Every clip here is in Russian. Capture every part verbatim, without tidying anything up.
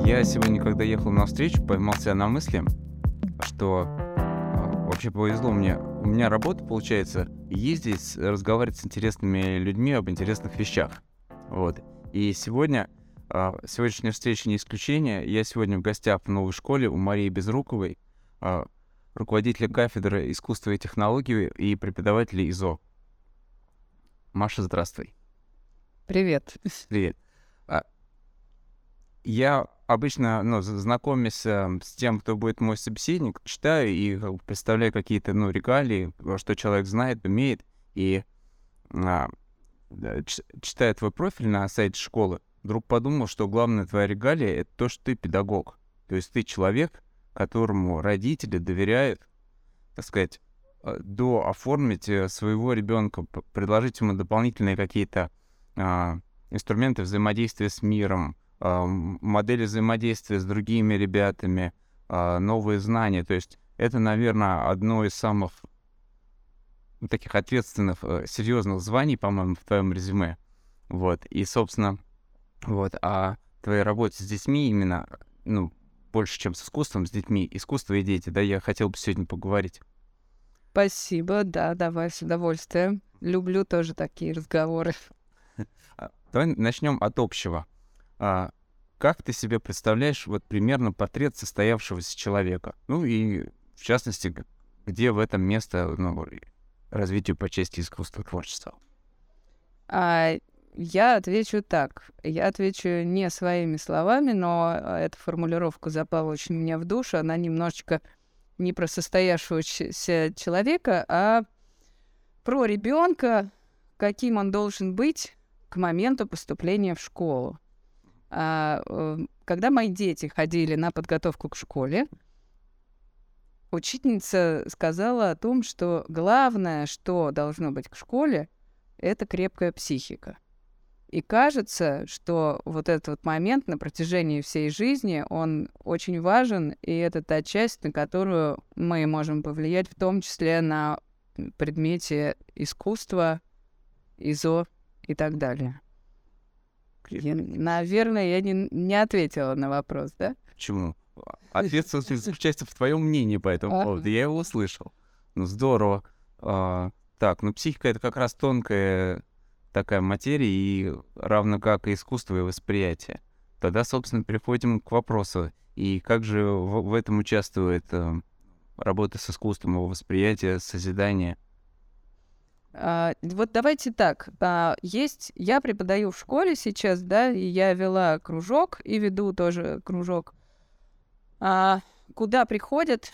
Я сегодня, когда ехал на встречу, поймал себя на мысли, что а, вообще повезло мне. У меня работа, получается, ездить, с- разговаривать с интересными людьми об интересных вещах. Вот. И сегодня, а, сегодняшняя встреча не исключение. Я сегодня в гостях в новой школе у Марии Безруковой, а, руководителя кафедры искусства и технологий и преподавателя ИЗО. Маша, здравствуй. Привет. Привет. А, Я обычно, ну, з- знакомясь э, с тем, кто будет мой собеседник, читаю и как бы представляю какие-то, ну, регалии, э, что человек знает, умеет. И а, да, ч- читая твой профиль на сайте школы, вдруг подумал, что главная твоя регалия — это то, что ты педагог. То есть ты человек, которому родители доверяют, так сказать, э, до оформить э, своего ребенка, п- предложить ему дополнительные какие-то а, инструменты взаимодействия с миром, а, м- модели взаимодействия с другими ребятами, а, новые знания. То есть это, наверное, одно из самых ну, таких ответственных, э, серьезных званий, по-моему, в твоем резюме. Вот. И, собственно, вот. А твоей работе с детьми именно, ну, больше, чем с искусством, с детьми, искусство и дети, да, я хотел бы сегодня поговорить. Спасибо, да, давай с удовольствием. Люблю тоже такие разговоры. А, Давай начнем от общего. А, Как ты себе представляешь вот примерно портрет состоявшегося человека? Ну и, в частности, г- где в этом место, ну, и развитию по части искусства и творчества? А, я отвечу так. Я отвечу не своими словами, но а, эта формулировка запала очень мне в душу. Она немножечко не про состоявшегося человека, а про ребенка, каким он должен быть к моменту поступления в школу. А, э, когда мои дети ходили на подготовку к школе, учительница сказала о том, что главное, что должно быть к школе, это крепкая психика. И кажется, что вот этот вот момент на протяжении всей жизни, он очень важен, и это та часть, на которую мы можем повлиять, в том числе на предмете искусства, ИЗО и так далее. Я, наверное, я не, не ответила на вопрос, да? Почему? Ответственность заключается в твоем мнении по этому А, поводу. Я его услышал. Ну, здорово. А, так, ну, психика — это как раз тонкая такая материя, и равно как и искусство и восприятие. Тогда, собственно, переходим к вопросу. И как же в, в этом участвует э, работа с искусством, его восприятие, созидание? А, вот давайте так. А, есть, я преподаю в школе сейчас, да, и я вела кружок и веду тоже кружок, а, куда приходят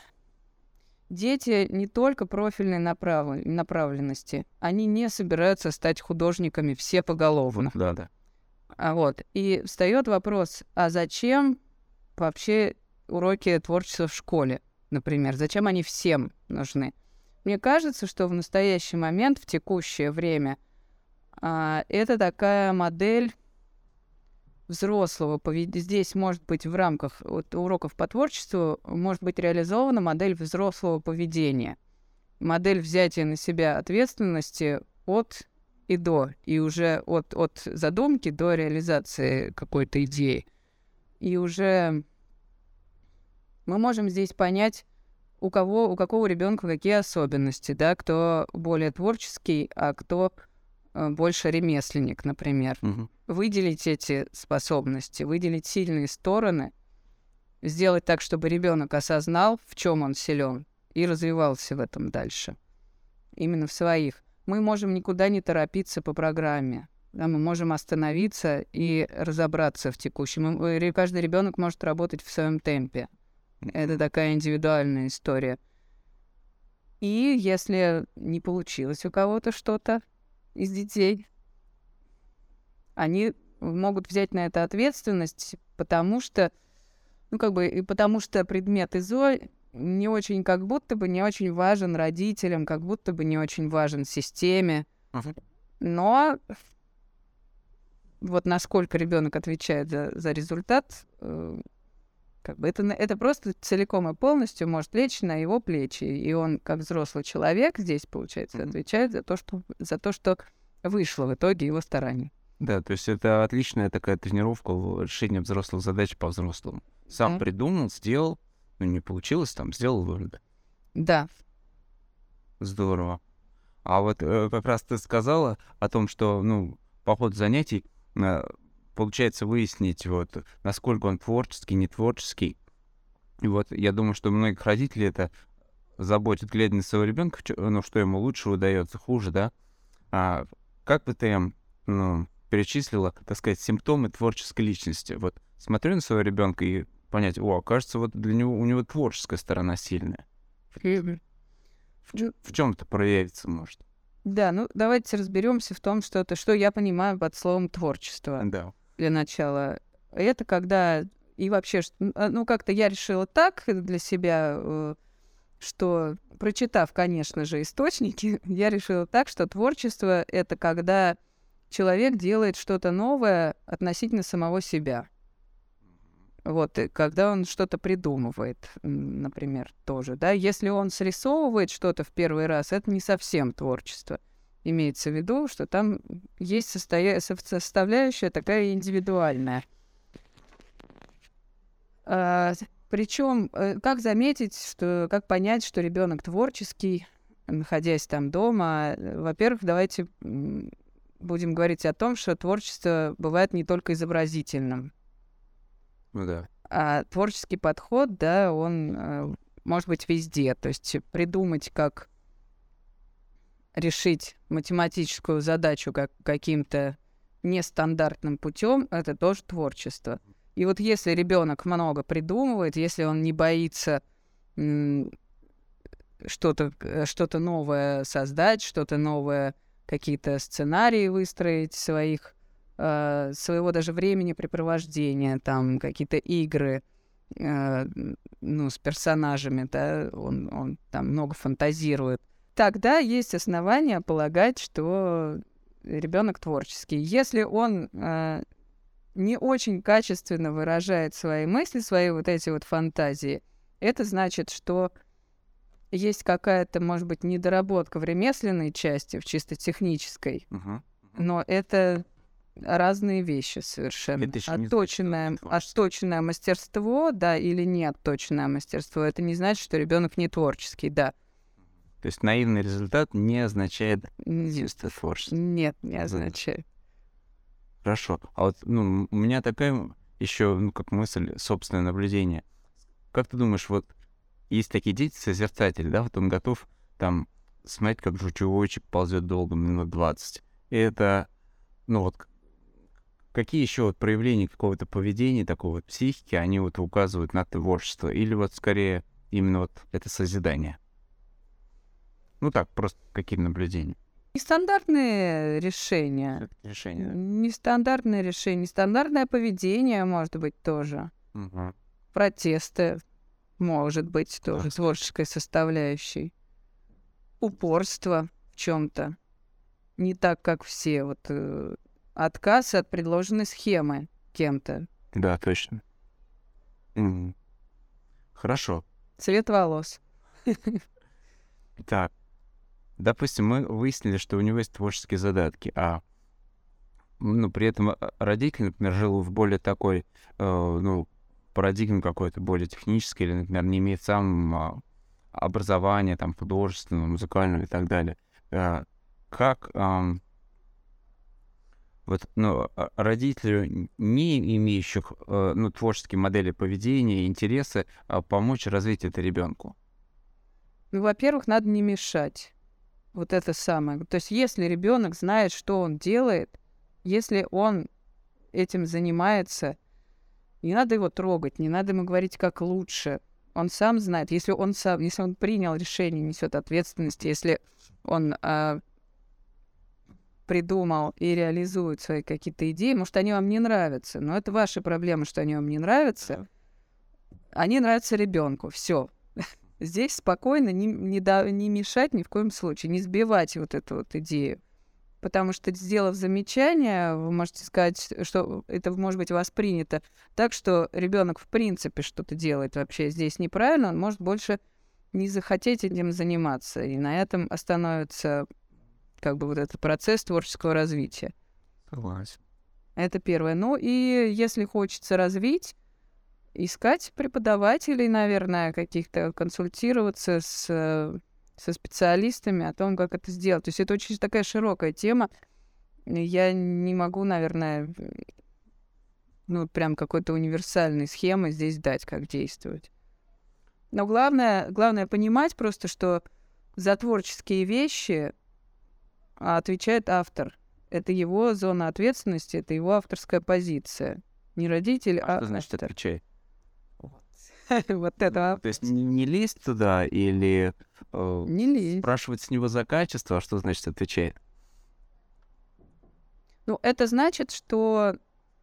дети не только профильной направ- направленности, они не собираются стать художниками все поголовно. Да, да. А вот, и встает вопрос, а зачем вообще уроки творчества в школе, например? Зачем они всем нужны? Мне кажется, что в настоящий момент, в текущее время, а, это такая модель взрослого поведения. Здесь может быть в рамках вот, уроков по творчеству может быть реализована модель взрослого поведения. Модель взятия на себя ответственности от и до, и уже от, от задумки до реализации какой-то идеи. И уже мы можем здесь понять, у кого, у какого ребенка какие особенности, да, кто более творческий, а кто э, больше ремесленник, например. Мгм. Выделить эти способности, выделить сильные стороны, сделать так, чтобы ребенок осознал, в чем он силен, и развивался в этом дальше. Именно в своих. Мы можем никуда не торопиться по программе. Да, мы можем остановиться и разобраться в текущем. Мы- ре- Каждый ребенок может работать в своем темпе. Это такая индивидуальная история. И если не получилось у кого-то что-то из детей, они могут взять на это ответственность, потому что, ну, как бы, и потому что предмет ИЗО не очень, как будто бы не очень важен родителям, как будто бы не очень важен системе. Мгм. Но вот насколько ребенок отвечает за, за результат, э, как бы это, на- это просто целиком и полностью может лечь на его плечи. И он, как взрослый человек, здесь, получается, Мгм. отвечает за то, что, за то, что вышло в итоге его стараний. Да, то есть это отличная такая тренировка в решении взрослых задач по-взрослому. Сам Да. придумал, сделал, ну не получилось, там сделал выводы. Да. Здорово. А вот э, как раз ты сказала о том, что, ну, по ходу занятий э, получается выяснить, вот, насколько он творческий, не творческий. И вот я думаю, что многих родителей это заботит, глядя на своего ребенка, ну, что ему лучше удается, хуже, да? А как бы ты, ну, перечислила, так сказать, симптомы творческой личности? Вот смотрю на своего ребенка и понять, о, кажется, вот для него у него творческая сторона сильная. Мгм. В, чё- в чем это проявится, может? Да, ну давайте разберемся в том, что это, что я понимаю под словом творчество Да. для начала. Это когда и вообще, ш- н- а, ну как-то я решила так для себя, э, что, прочитав, конечно же, источники, я решила так, что творчество — это когда человек делает что-то новое относительно самого себя. Вот, и когда он что-то придумывает, м, например, тоже, да. Если он срисовывает что-то в первый раз, это не совсем творчество. Имеется в виду, что там есть состоя- со- составляющая такая индивидуальная. Причем, как заметить, что, как понять, что ребенок творческий, находясь там дома? Э, Во-первых, давайте м, будем говорить о том, что творчество бывает не только изобразительным. Ну да. А творческий подход, да, он э, может быть везде. То есть придумать, как решить математическую задачу как, каким-то нестандартным путем, это тоже творчество. И вот если ребенок много придумывает, если он не боится м, что-то, э, что-то новое создать, что-то новое, какие-то сценарии выстроить своих, э, своего даже времяпрепровождения, там какие-то игры, э, ну, с персонажами, да, он, он там много фантазирует, тогда есть основания полагать, что ребенок творческий. Если он э, не очень качественно выражает свои мысли, свои вот эти вот фантазии, это значит, что есть какая-то, может быть, недоработка в ремесленной части, в чисто технической, Мгм. но это разные вещи совершенно. Это ещё не значит, что Отточенное, это творчество. отточенное мастерство, да, или не отточенное мастерство, это не значит, что ребенок не творческий, да. То есть наивный результат не означает Нет, чисто творчество. нет, не Мгм. означает. Хорошо. А вот, ну, у меня такая еще, ну, как мысль, собственное наблюдение. Как ты думаешь, вот есть такие дети, созерцатели, да, вот он готов там смотреть, как жучелочек ползет долго, минут двадцать. И это, ну вот, к- какие еще вот проявления какого-то поведения, такого вот психики, они вот указывают на творчество? Или вот скорее именно вот это созидание? Ну так, просто какие наблюдения? Нестандартные решения. Всё-таки решение, да? Нестандартное решение, нестандартное поведение, может быть, тоже. Мгм. Протесты, может быть, Да, тоже кстати. творческой составляющей. Упорство в чем-то. Не так, как все. Вот э, отказ от предложенной схемы кем-то. Да, точно. Мгм. Хорошо. Цвет волос. Так, допустим, мы выяснили, что у него есть творческие задатки, а ну, при этом а, родитель, например, жил в более такой, э, ну, парадигме какой-то более технической, или, например, не имеет сам а, образования, там, художественного, музыкального и так далее. Э, как ам, вот, ну, а, родителю, н- не имеющих, э, ну, творческие модели поведения и интересы, а, помочь развить это ребенку? Ну, во-первых, надо не мешать. Вот это самое. То есть, если ребенок знает, что он делает, если он этим занимается, не надо его трогать, не надо ему говорить, как лучше. Он сам знает. Если он сам, если он принял решение, несет ответственность, если он а, придумал и реализует свои какие-то идеи, может, они вам не нравятся, но это ваша проблема, что они вам не нравятся. Они нравятся ребенку. Все. Здесь спокойно не, не, да- не мешать ни в коем случае, не сбивать вот эту вот идею. Потому что, сделав замечание, вы можете сказать, что это может быть воспринято так, что ребенок в принципе что-то делает вообще здесь неправильно, он может больше не захотеть этим заниматься. И на этом остановится как бы вот этот процесс творческого развития. Согласен. Это первое. Ну и если хочется развить, искать преподавателей, наверное, каких-то, консультироваться с, э, со специалистами о том, как это сделать. То есть это очень такая широкая тема. Я не могу, наверное, ну, прям какой-то универсальной схемы здесь дать, как действовать. Но главное, главное понимать просто, что за творческие вещи отвечает автор. Это его зона ответственности, это его авторская позиция. Не родитель, а, а что значит автор. отвечай? Вот это. То есть не, не лезть туда или э, Не лезть. спрашивать с него за качество, а что значит отвечает? Ну, это значит, что,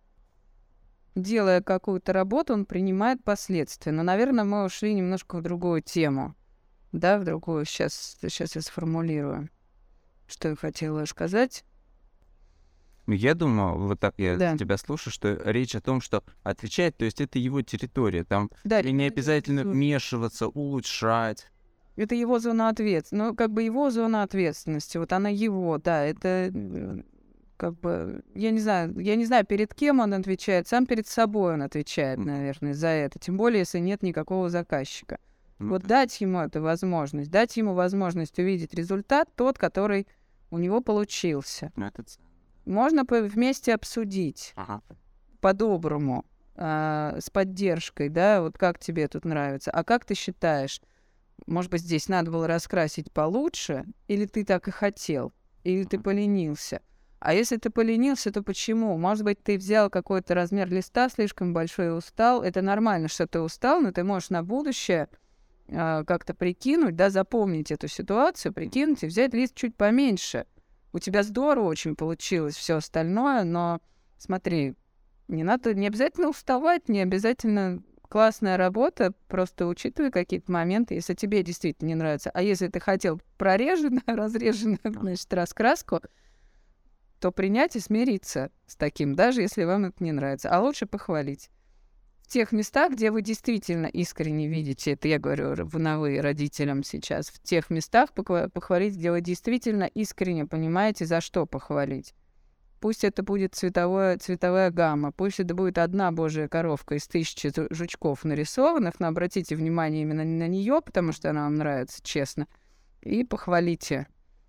делая какую-то работу, он принимает последствия. Но, наверное, мы ушли немножко в другую тему. Да, в другую. Сейчас, сейчас я сформулирую, что я хотела сказать. Ну, я думаю, вот так я Да. тебя слушаю, что речь о том, что отвечает, то есть это его территория, там Да, и не обязательно это- вмешиваться, улучшать. Это его зона ответственности. Ну, как бы его зона ответственности. Вот она его, да, это э, как бы, я не знаю, я не знаю, перед кем он отвечает, сам перед собой он отвечает, Мгм. наверное, за это. Тем более, если нет никакого заказчика. Ну, Вот дать ему эту возможность, дать ему возможность увидеть результат, тот, который у него получился. ну, это ц- Можно по- вместе обсудить Ага. по-доброму, а, с поддержкой, да, вот как тебе тут нравится. А как ты считаешь, может быть, здесь надо было раскрасить получше, или ты так и хотел, или ты Мгм. поленился? А если ты поленился, то почему? Может быть, ты взял какой-то размер листа слишком большой и устал. Это нормально, что ты устал, но ты можешь на будущее а, как-то прикинуть, да, запомнить эту ситуацию, прикинуть и взять лист чуть поменьше. У тебя здорово очень получилось все остальное, но смотри, не надо, не обязательно уставать, не обязательно классная работа, просто учитывай какие-то моменты, если тебе действительно не нравится. А если ты хотел прореженную, разреженную, значит, раскраску, то принять и смириться с таким, даже если вам это не нравится. А лучше похвалить. В тех местах, где вы действительно искренне видите, это я говорю р- в новые родителям сейчас, в тех местах похва- похвалить, где вы действительно искренне понимаете, за что похвалить. Пусть это будет цветовое, цветовая гамма, пусть это будет одна божья коровка из тысячи жу- жучков нарисованных, но обратите внимание именно на нее, потому что она вам нравится, честно, и похвалите.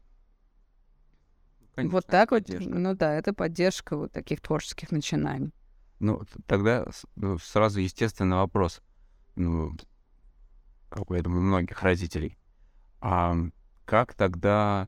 Конечно, Вот так вот, поддержка. ну да, это поддержка вот таких творческих начинаний. Ну, т- тогда с- ну, сразу естественный вопрос, ну, как я думаю, многих родителей. А как тогда,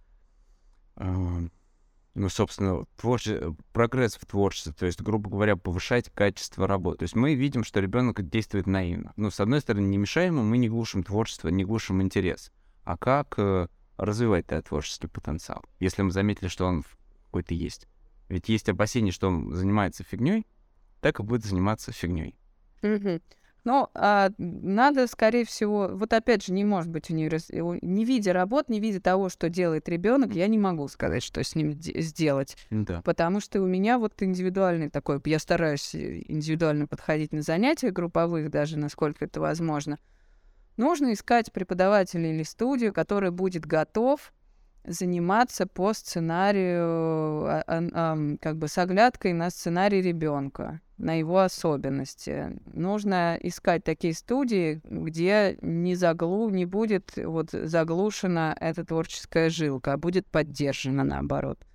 а, ну, собственно, творче- прогресс в творчестве, то есть, грубо говоря, повышать качество работы? То есть мы видим, что ребенок действует наивно. Ну, с одной стороны, не мешаем ему, мы не глушим творчество, не глушим интерес. А как э, развивать этот творческий потенциал, если мы заметили, что он в- какой-то есть? Ведь есть опасения, что он занимается фигней, так и будет заниматься фигней. Мгм. Ну, а, надо, скорее всего, вот опять же, не может быть универс... у- не видя работ, не видя того, что делает ребенок, я не могу сказать, что с ним де- сделать. Да. Потому что у меня вот индивидуальный такой, я стараюсь э, индивидуально подходить на занятия групповых, даже насколько это возможно. Нужно искать преподавателя или студию, который будет готов заниматься по сценарию, а, ан- ам, как бы с оглядкой на сценарий ребенка, на его особенности. Нужно искать такие студии, где не, заглу, не будет вот заглушена эта творческая жилка, а будет поддержана наоборот.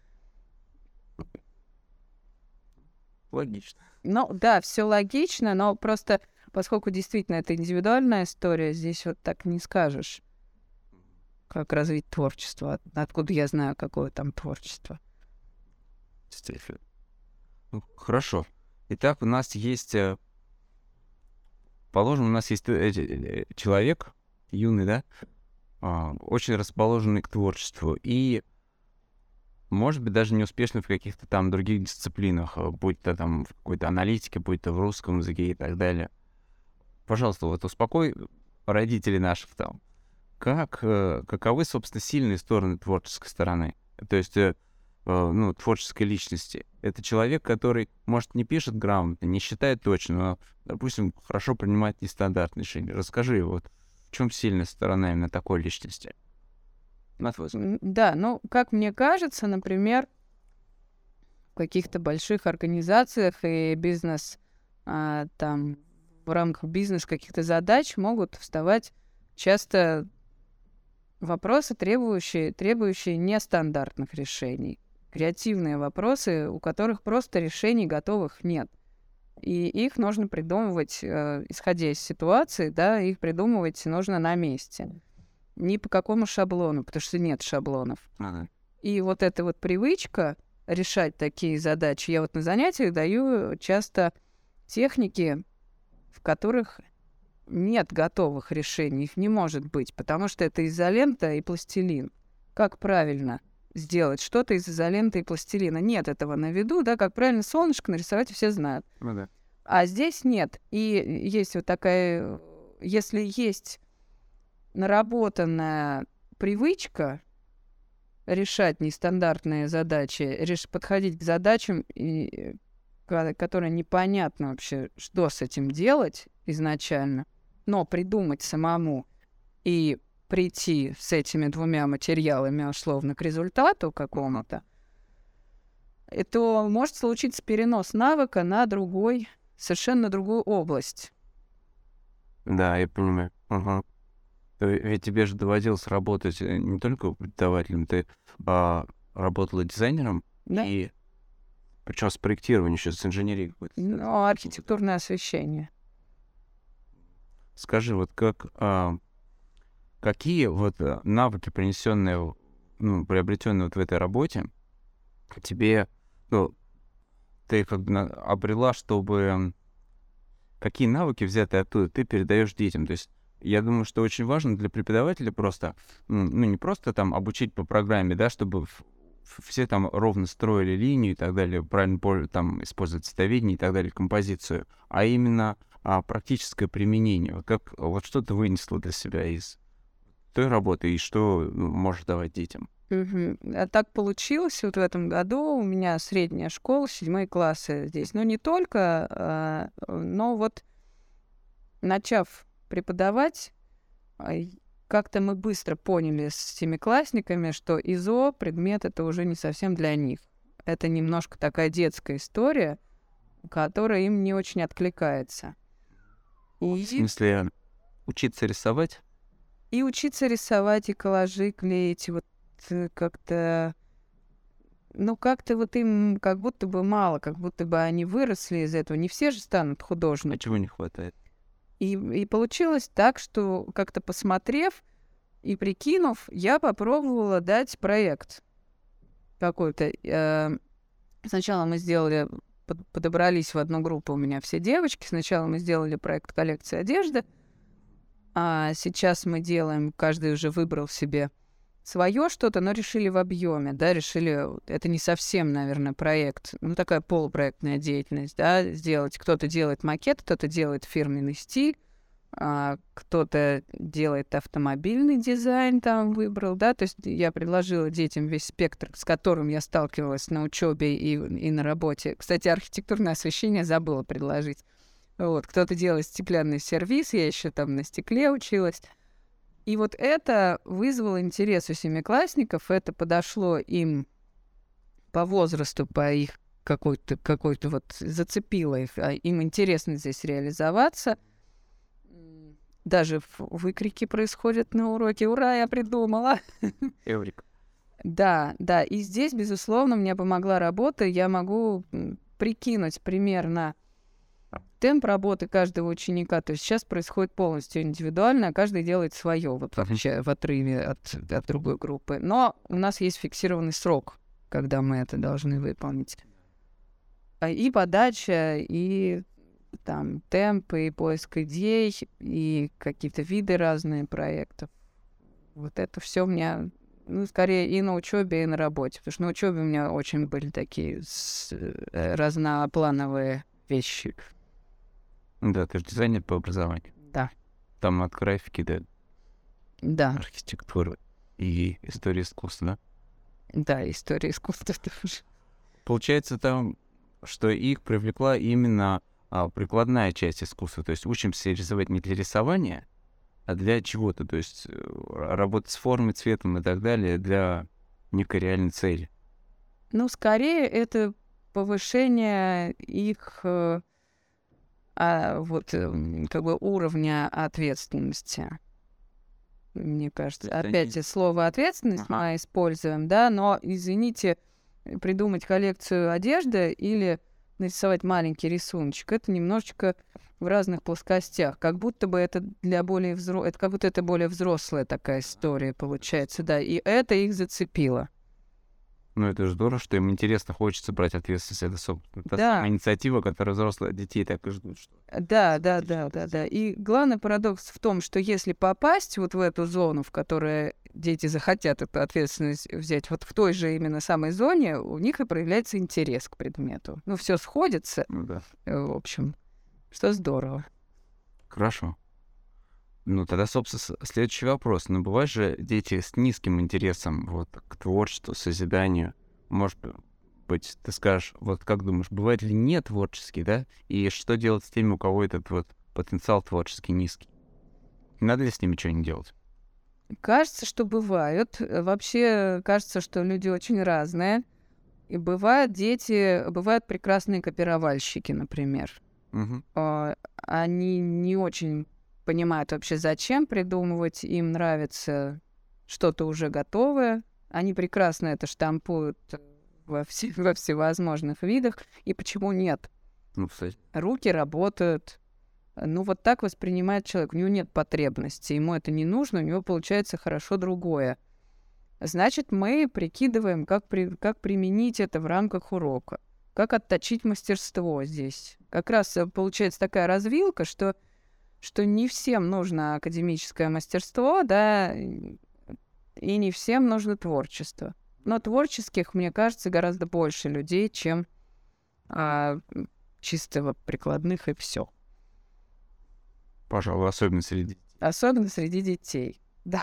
Логично. Ну да, все логично, но просто поскольку действительно это индивидуальная история, здесь вот так не скажешь, как развить творчество. От- Откуда я знаю, какое там творчество? Действительно. Ну, хорошо. Итак, у нас есть, э, положим, у нас есть э, э, э, человек, юный, да, а, очень расположенный к творчеству и, может быть, даже не успешный в каких-то там других дисциплинах, э, будь то там в какой-то аналитике, будь то в русском языке и так далее. Пожалуйста, вот успокой родителей наших там. Как, э, каковы, собственно, сильные стороны творческой стороны? То есть, э, э, ну, творческой личности. Это человек, который, может, не пишет грамотно, не считает точно, но, допустим, хорошо принимает нестандартные решения. Расскажи, вот, в чем сильная сторона именно такой личности? На твой взгляд. М, Да, ну, как мне кажется, например, каких-то больших организациях и бизнес, а, там, в рамках бизнес каких-то задач могут вставать часто вопросы, требующие, требующие нестандартных решений. Креативные вопросы, у которых просто решений готовых нет. И их нужно придумывать, э, исходя из ситуации, да, их придумывать нужно на месте. Не по какому шаблону, потому что нет шаблонов. Ага. И вот эта вот привычка решать такие задачи, я вот на занятиях даю часто техники, в которых нет готовых решений, их не может быть, потому что это изолента и пластилин. Как правильно сделать что-то из изоленты и пластилина? Нет этого на виду, да, как правильно солнышко нарисовать, все знают. Ну да. А здесь нет. И есть вот такая, если есть наработанная привычка решать нестандартные задачи, реш... подходить к задачам, и... которые непонятно вообще, что с этим делать изначально, но придумать самому и прийти с этими двумя материалами условно к результату какому-то, то может случиться перенос навыка на другой, совершенно другую область. Да, я понимаю. Ага. Ведь тебе же доводилось работать не только преподавателем, ты а, работала дизайнером, Да. и причем с проектированием, еще с инженерией какой-то. Ну, архитектурное освещение. Скажи, вот как, а, какие вот навыки, принесенные, ну, приобретенные вот в этой работе, тебе, ну, ты как бы обрела, чтобы какие навыки, взятые оттуда, ты передаешь детям? То есть я думаю, что очень важно для преподавателя просто, ну, не просто там обучить по программе, да, чтобы все там ровно строили линию и так далее, правильно там использовать цветоведение и так далее, композицию, а именно а, практическое применение. Вот, как, вот что ты вынесла для себя из той работы и что можешь давать детям? Угу. А так получилось вот в этом году. У меня средняя школа, седьмые классы здесь. Но не только, а, но вот начав преподавать, как-то мы быстро поняли с семиклассниками, что ИЗО предмет это уже не совсем для них. Это немножко такая детская история, которая им не очень откликается. И... В смысле, учиться рисовать? И учиться рисовать, и коллажи клеить, и вот как-то... Ну, как-то вот им как будто бы мало, как будто бы они выросли из этого. Не все же станут художниками. А чего не хватает? И, и получилось так, что как-то посмотрев и прикинув, я попробовала дать проект какой-то. Сначала мы сделали, подобрались в одну группу у меня все девочки. Сначала мы сделали проект коллекции одежды, а сейчас мы делаем, каждый уже выбрал себе свое что-то, но решили в объеме, да, решили, это не совсем, наверное, проект, ну, такая полупроектная деятельность, да, сделать. Кто-то делает макет, кто-то делает фирменный стиль, а, кто-то делает автомобильный дизайн, там выбрал, да, то есть я предложила детям весь спектр, с которым я сталкивалась на учебе и, и на работе. Кстати, архитектурное освещение забыла предложить. Вот, кто-то делает стеклянный сервиз, я еще там на стекле училась. И вот это вызвало интерес у семиклассников, это подошло им по возрасту, по их какой-то, какой-то вот зацепило их, а им интересно здесь реализоваться. Даже выкрики происходят на уроке. Ура, я придумала! Эврик. Да, да, и здесь, безусловно, мне помогла работа, я могу прикинуть примерно темп работы каждого ученика. То есть сейчас происходит полностью индивидуально, а каждый делает свое вот вообще в отрыве от, от другой группы. Но у нас есть фиксированный срок, когда мы это должны выполнить. И подача, и там темп, и поиск идей, и какие-то виды разные проектов. Вот это все у меня, ну, скорее и на учебе, и на работе. Потому что на учебе у меня очень были такие с, э, разноплановые вещи. Да, ты же дизайнер по образованию. Да. Там от графики до да. архитектуры и истории искусства, да? Да, история искусства тоже. Получается там, что их привлекла именно а, прикладная часть искусства. То есть учимся рисовать не для рисования, а для чего-то. То есть работать с формой, цветом и так далее для некой реальной цели. Ну, скорее, это повышение их э, а, вот, э, как бы уровня ответственности. Мне кажется, То есть опять они- слово ответственность Ага. мы используем, да, но, извините, придумать коллекцию одежды или нарисовать маленький рисуночек, это немножечко в разных плоскостях. Как будто бы это для более взро... это как будто это более взрослая такая история получается, да, и это их зацепило. Ну, это же здорово, что им интересно, хочется брать ответственность. Это, собственно, та Да. самая инициатива, которая взрослых детей так и ждут. Что... Да, да, да, да, да. И главный парадокс в том, что если попасть вот в эту зону, в которой дети захотят эту ответственность взять, вот в той же именно самой зоне, у них и проявляется интерес к предмету. Ну, все сходится, Ну да. э, в общем, что здорово. Хорошо. Ну, тогда, собственно, с- следующий вопрос. Ну, бывают же дети с низким интересом вот, к творчеству, созиданию. Может быть, ты скажешь, вот как думаешь, бывает ли не творческий, да? И что делать с теми, у кого этот вот потенциал творческий низкий? Надо ли с ними что-нибудь делать? Кажется, что бывают. Э, Вообще, кажется, что люди очень разные. И бывают дети, бывают прекрасные копировальщики, например. Мгм. А, Они не очень понимают вообще, зачем придумывать. Им нравится что-то уже готовое. Они прекрасно это штампуют во, все- во всевозможных видах. И почему нет? Ну, кстати. Руки работают. Ну, вот так воспринимает человек. У него нет потребности, ему это не нужно, у него получается хорошо другое. Значит, мы прикидываем, как, при- как применить это в рамках урока, как отточить мастерство здесь. Как раз э, получается такая развилка, что, что не всем нужно академическое мастерство, да, и и не всем нужно творчество. Но творческих, мне кажется, гораздо больше людей, чем а, м, чисто прикладных и все. Пожалуй, особенно среди... Особенно среди детей. Да.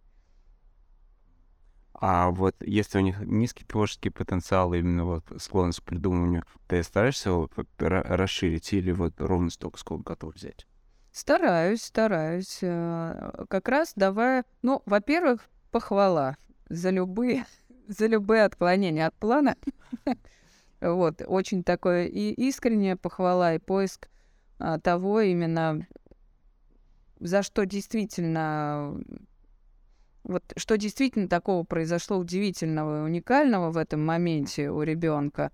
А вот если у них низкий творческий потенциал, именно вот склонность к придумыванию, ты стараешься его как-то ра- расширить или вот ровно столько, сколько готов взять? Стараюсь, стараюсь. э, Как раз давая, ну, во-первых, похвала за любые, за любые отклонения от плана. Вот, очень такое и искренняя похвала, и поиск а, того именно, за что действительно, вот что действительно такого произошло удивительного и уникального в этом моменте у ребенка,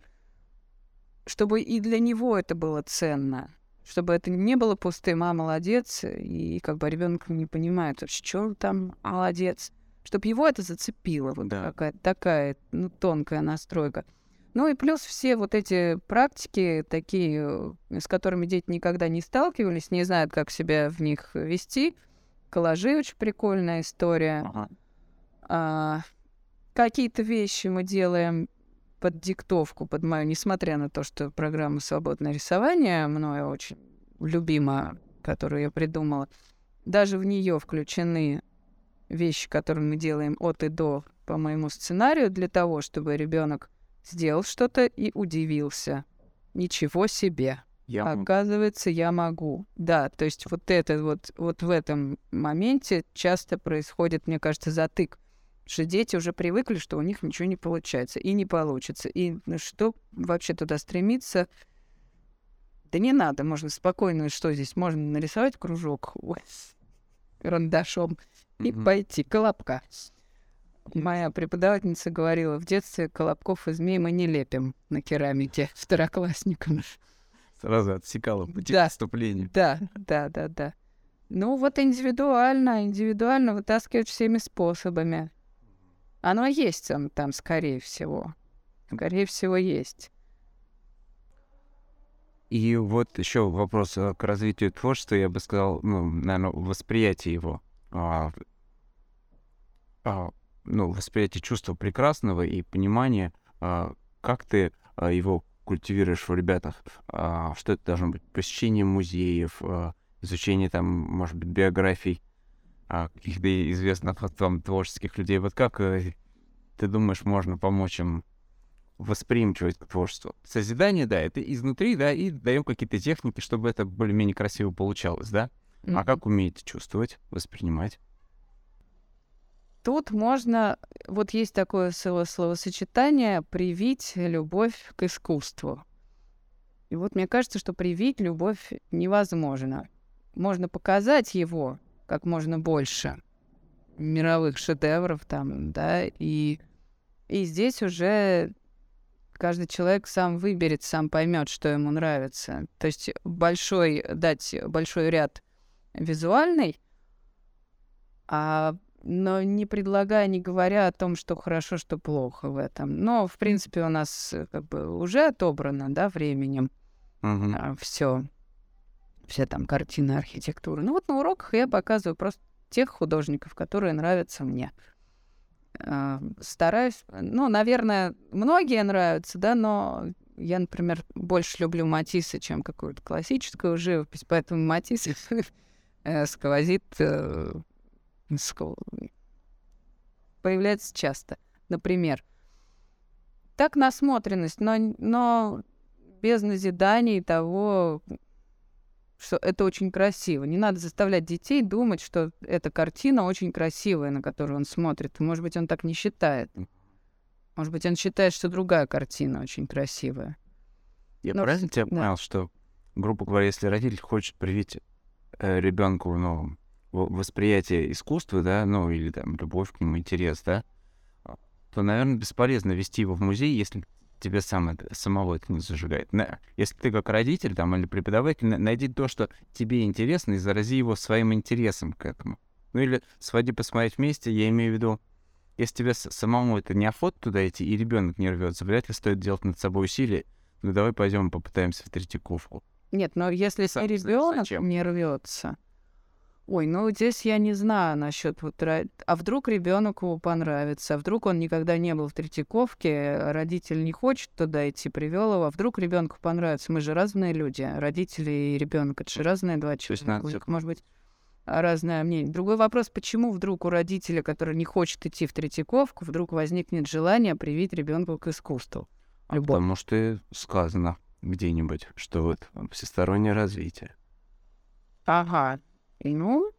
чтобы и для него это было ценно, чтобы это не было пустым, а молодец, и как бы ребенок не понимает вообще, что там молодец, чтобы его это зацепило, вот Да. какая-то такая, ну, тонкая настройка. Ну и плюс все вот эти практики такие, э, с которыми дети никогда не сталкивались, не знают, как себя в них вести. Коллажи очень прикольная история. Ага. А, какие-то вещи мы делаем под диктовку, под мою, несмотря на то, что программа «Свободное рисование» мною очень любима, которую я придумала. Даже в нее включены вещи, которые мы делаем от и до по моему сценарию, для того, чтобы ребенок сделал что-то и удивился. Ничего себе! Я м- Оказывается, я могу. Да, то есть вот это вот, вот в этом моменте часто происходит, мне кажется, затык. Что дети уже привыкли, что у них ничего не получается и не получится. И ну, что вообще туда стремиться? Да не надо, можно спокойно, что здесь, можно нарисовать кружок ой, с карандашом и Мгм. пойти. Колобка. Моя преподавательница говорила, в детстве колобков и змей мы не лепим на керамике второклассникам. Сразу отсекала пути Да. к вступлению. Да, да, да, да. Ну вот индивидуально, индивидуально вытаскивать всеми способами. Оно есть там, там, скорее всего. Скорее всего, есть. И вот еще вопрос э, к развитию творчества, я бы сказал, ну, наверное, восприятие его. А, а, ну, восприятие чувства прекрасного и понимание, а, как ты а, его культивируешь в ребятах. А, что это должно быть? Посещение музеев, а, изучение там, может быть, биографий а, каких-то известных вот вам творческих людей. Вот как э, ты думаешь, можно помочь им восприимчивость к творчеству? Созидание, да, это изнутри, да, и даем какие-то техники, чтобы это более-менее красиво получалось, да? А Мгм. как умеете чувствовать, воспринимать? тут можно... Вот есть такое слово- словосочетание «привить любовь к искусству». И вот мне кажется, что привить любовь невозможно. Можно показать его как можно больше мировых шедевров там, да, и, и здесь уже каждый человек сам выберет, сам поймет, что ему нравится. То есть большой, дать большой ряд визуальный, а, но не предлагая, не говоря о том, что хорошо, что плохо в этом. Но, в принципе, у нас как бы уже отобрано, да, временем Мгм. а, все, все там картины, архитектуры. Ну вот на уроках я показываю просто тех художников, которые нравятся мне. А, стараюсь, ну, наверное, многие нравятся, да, но я, например, больше люблю Матисса, чем какую-то классическую живопись, поэтому Матисс э, сквозит, э, ск- появляется часто. Например, так насмотренность, но, но без назиданий того, что это очень красиво. Не надо заставлять детей думать, что эта картина очень красивая, на которую он смотрит. Может быть, он так не считает. Может быть, он считает, что другая картина очень красивая. Я Ну, правильно тебя да. понял, что, грубо говоря, если родитель хочет привить э, ребенку, ну, в- восприятие искусства, да, ну, или там любовь к нему, интерес, да, а, то, наверное, бесполезно вести его в музей, если тебе сам это, самого это не зажигает. На- если ты как родитель там, или преподаватель, на- найди то, что тебе интересно, и зарази его своим интересом к этому. Ну или своди посмотреть вместе, я имею в виду, если тебе с- самому это неохота туда идти, и ребенок не рвется, вряд ли стоит делать над собой усилия. Ну давай пойдем попытаемся в Третьяковку. Нет, но если Сам- ребенок зачем? не рвется. Ой, ну здесь я не знаю насчет вот... ра- А вдруг ребенку понравится? А вдруг он никогда не был в Третьяковке, а родитель не хочет туда идти, привел его. А вдруг ребенку понравится? Мы же разные люди. Родители и ребенок это же разные два есть человека. надо У всё- них может быть а, разное мнение. Другой вопрос, почему вдруг у родителя, который не хочет идти в Третьяковку, вдруг возникнет желание привить ребенку к искусству? А Любовь. потому что и сказано где-нибудь, что вот всестороннее развитие. Ага. И ну,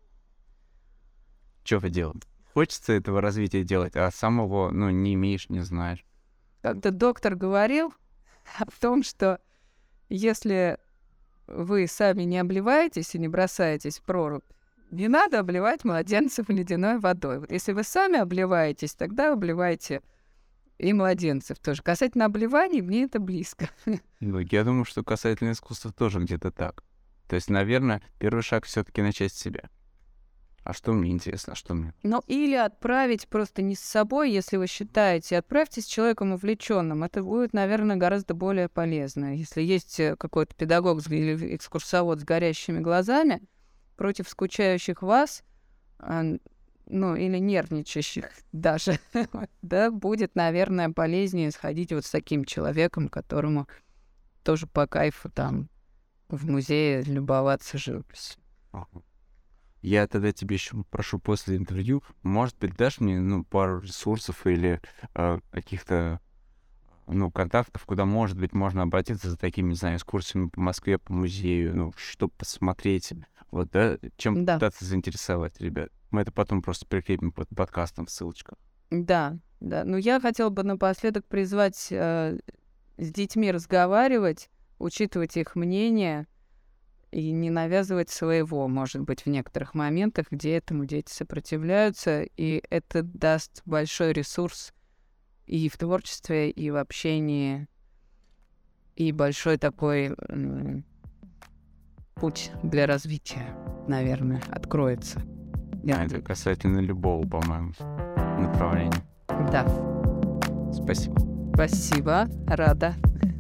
Что вы делаете? Хочется этого развития делать, а самого, ну, не имеешь, не знаешь. как-то доктор говорил о том, что если вы сами не обливаетесь и не бросаетесь в прорубь, не надо обливать младенцев ледяной водой. Вот если вы сами обливаетесь, тогда обливайте и младенцев тоже. Касательно обливаний, мне это близко. Ну, я думаю, что касательно искусства тоже где-то так. То есть, наверное, первый шаг все-таки начать с себя. А что мне интересно, а что мне? Ну, или отправить просто не с собой, если вы считаете, отправьте с человеком увлеченным. Это будет, наверное, гораздо более полезно. Если есть э, какой-то педагог с- или экскурсовод с горящими глазами против скучающих вас, а, н- ну, или нервничающих даже, да, будет, наверное, полезнее сходить вот с таким человеком, которому тоже по кайфу там в музее любоваться живописью. Ага. Я тогда тебе еще прошу после интервью, может быть, дашь мне, ну, пару ресурсов или э, каких-то, ну, контактов, куда, может быть, можно обратиться за такими, не знаю, экскурсиями по Москве, по музею, ну, чтобы посмотреть, вот, да, чем Да. пытаться заинтересовать ребят. Мы это потом просто прикрепим под подкастом в ссылочках. Да, да. Ну, я хотела бы напоследок призвать э, с детьми разговаривать, учитывать их мнение и не навязывать своего, может быть, в некоторых моментах, где этому дети сопротивляются, и это даст большой ресурс и в творчестве, и в общении, и большой такой м, путь для развития, наверное, откроется. А это касательно любого, по-моему, направления. Да, Спасибо. спасибо, рада.